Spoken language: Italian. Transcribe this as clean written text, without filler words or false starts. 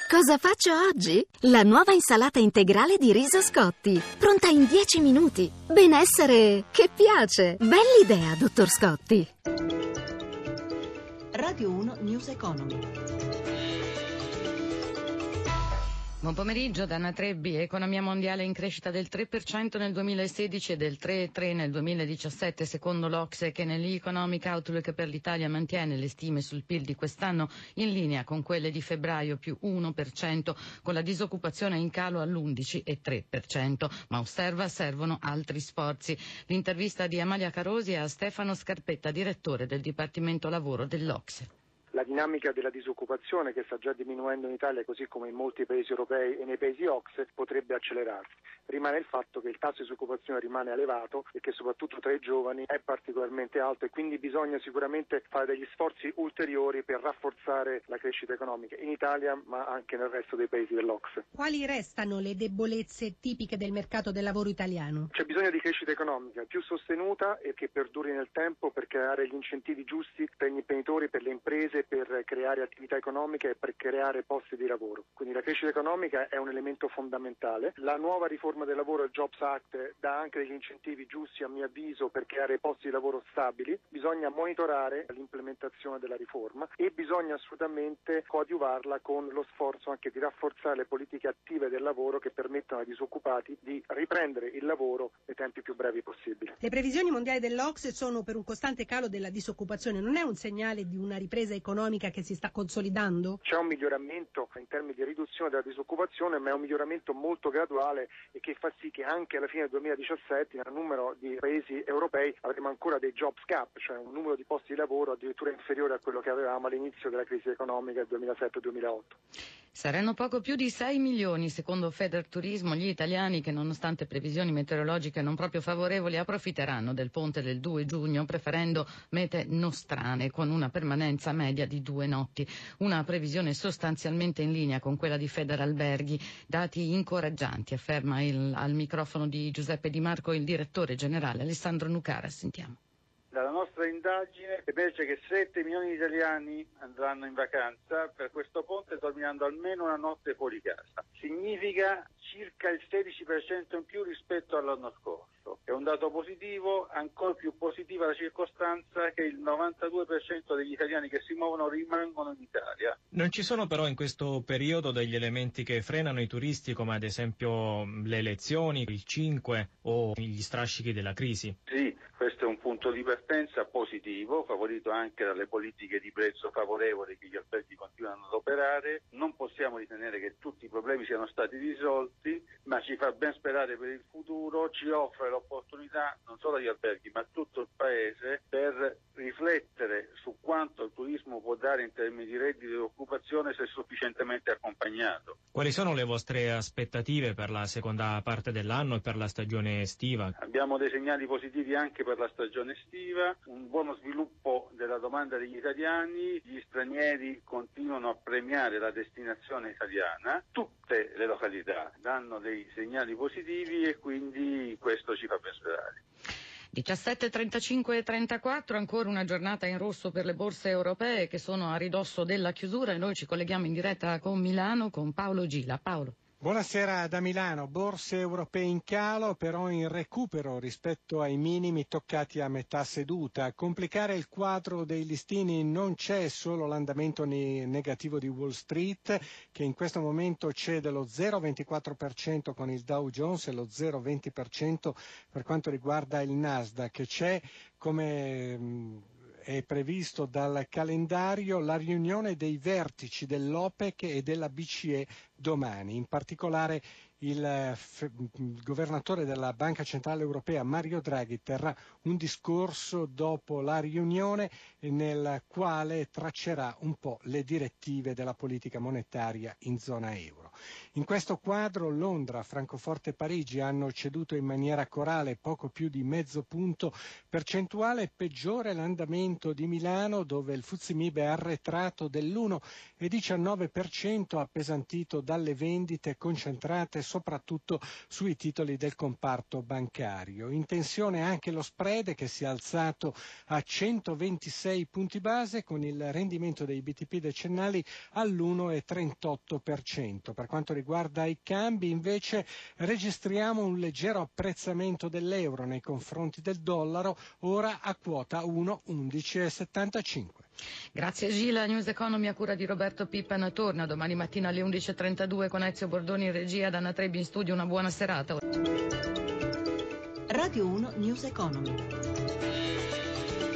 Cosa faccio oggi? La nuova insalata integrale di riso Scotti, pronta in 10 minuti. Benessere che piace. Bell'idea, dottor Scotti. Radio 1 News Economy. Buon pomeriggio da Anna Trebbi. Economia mondiale in crescita del 3% nel 2016 e del 3,3% nel 2017, secondo l'Ocse, che nell'Economic Outlook per l'Italia mantiene le stime sul PIL di quest'anno in linea con quelle di febbraio, più 1%, con la disoccupazione in calo all'11,3%, ma osserva servono altri sforzi. L'intervista di Amalia Carosi a Stefano Scarpetta, direttore del Dipartimento Lavoro dell'Ocse. La dinamica della disoccupazione, che sta già diminuendo in Italia così come in molti paesi europei e nei paesi OCSE, potrebbe accelerarsi. Rimane il fatto che il tasso di disoccupazione rimane elevato e che soprattutto tra i giovani è particolarmente alto, e quindi bisogna sicuramente fare degli sforzi ulteriori per rafforzare la crescita economica in Italia ma anche nel resto dei paesi dell'OCSE. Quali restano le debolezze tipiche del mercato del lavoro italiano? C'è bisogno di crescita economica più sostenuta e che perduri nel tempo, per creare gli incentivi giusti per gli imprenditori, per le imprese, per creare attività economiche e per creare posti di lavoro. Quindi la crescita economica è un elemento fondamentale. La nuova riforma del lavoro, il Jobs Act, dà anche degli incentivi giusti, a mio avviso, per creare posti di lavoro stabili. Bisogna monitorare l'implementazione della riforma e bisogna assolutamente coadiuvarla con lo sforzo anche di rafforzare le politiche attive del lavoro che permettono ai disoccupati di riprendere il lavoro nei tempi più brevi possibili. Le previsioni mondiali dell'Ocse sono per un costante calo della disoccupazione. Non è un segnale di una ripresa economica che si sta consolidando? C'è un miglioramento in termini di riduzione della disoccupazione, ma è un miglioramento molto graduale e che fa sì che anche alla fine del 2017 nel numero di paesi europei avremo ancora dei jobs gap, cioè un numero di posti di lavoro addirittura inferiore a quello che avevamo all'inizio della crisi economica del 2007-2008. Saranno poco più di 6 milioni, secondo Federturismo, gli italiani che, nonostante previsioni meteorologiche non proprio favorevoli, approfitteranno del ponte del 2 giugno, preferendo mete nostrane, con una permanenza media di 2 notti. Una previsione sostanzialmente in linea con quella di Federalberghi. Dati incoraggianti, afferma al microfono di Giuseppe Di Marco il direttore generale Alessandro Nucara. Sentiamo. Dalla nostra indagine emerge che 7 milioni di italiani andranno in vacanza per questo ponte dormendo almeno una notte fuori casa. Significa circa il 16% in più rispetto all'anno scorso. È un dato positivo, ancora più positiva la circostanza che il 92% degli italiani che si muovono rimangono in Italia. Non ci sono però in questo periodo degli elementi che frenano i turisti, come ad esempio le elezioni, il 5 o gli strascichi della crisi? Sì, questo è un punto di partenza positivo, favorito anche dalle politiche di prezzo favorevoli che gli alberghi continuano ad operare. Non possiamo ritenere che tutti i problemi siano stati risolti, ma ci fa ben sperare per il futuro, ci offre l'opportunità non solo agli alberghi ma a tutto il Paese per riflettere su quanto il turismo può dare in termini di reddito e occupazione se sufficientemente accompagnato. Quali sono le vostre aspettative per la seconda parte dell'anno e per la stagione estiva? Abbiamo dei segnali positivi anche per la stagione estiva, un buono sviluppo della domanda degli italiani, gli stranieri continuano a premiare la destinazione italiana, tutte le località danno dei segnali positivi e quindi questo ci fa ben sperare. 17, 35 e 34, ancora una giornata in rosso per le borse europee che sono a ridosso della chiusura, e noi ci colleghiamo in diretta con Milano con Paolo Gila. Paolo. Buonasera da Milano. Borse europee in calo, però in recupero rispetto ai minimi toccati a metà seduta. A complicare il quadro dei listini non c'è solo l'andamento negativo di Wall Street, che in questo momento cede lo 0,24% con il Dow Jones e lo 0,20% per quanto riguarda il Nasdaq. C'è, come è previsto dal calendario, la riunione dei vertici dell'OPEC e della BCE domani. In particolare il governatore della Banca Centrale Europea Mario Draghi terrà un discorso dopo la riunione nel quale traccerà un po' le direttive della politica monetaria in zona euro. In questo quadro Londra, Francoforte e Parigi hanno ceduto in maniera corale poco più di mezzo punto percentuale, peggiore l'andamento di Milano, dove il FTSE MIB è arretrato dell'1,19%, appesantito dalle vendite concentrate soprattutto sui titoli del comparto bancario. In tensione anche lo spread, che si è alzato a 126 punti base, con il rendimento dei BTP decennali all'1,38%. Per quanto riguarda i cambi, invece, registriamo un leggero apprezzamento dell'euro nei confronti del dollaro, ora a quota 1,1175. Grazie Gila. News Economy a cura di Roberto Pippan torna domani mattina alle 11.32 con Ezio Bordoni in regia, Dana Trebbi in studio. Una buona serata. Radio 1 News Economy.